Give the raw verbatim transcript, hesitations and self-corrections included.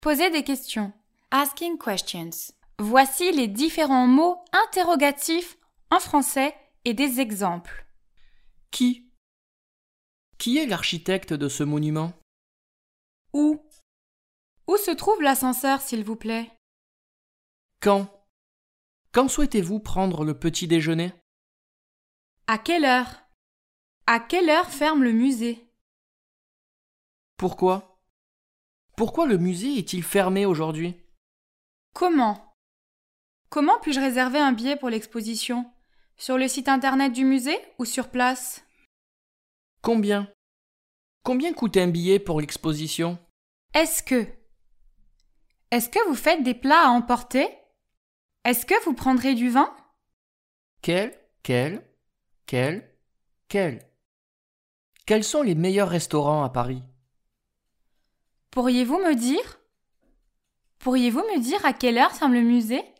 Poser des questions. Asking questions. Voici les différents mots interrogatifs en français et des exemples. Qui? Qui est l'architecte de ce monument? Où? Où se trouve l'ascenseur, s'il vous plaît? Quand? Quand souhaitez-vous prendre le petit déjeuner? À quelle heure? À quelle heure ferme le musée? Pourquoi? Pourquoi le musée est-il fermé aujourd'hui? Comment? Comment puis-je réserver un billet pour l'exposition? Sur le site internet du musée ou sur place? Combien? Combien coûte un billet pour l'exposition? Est-ce que? Est-ce que vous faites des plats à emporter? Est-ce que vous prendrez du vin? Quel, quel, quel, quel? Quels sont les meilleurs restaurants à Paris? Pourriez-vous me dire? Pourriez-vous me dire à quelle heure ferme le musée?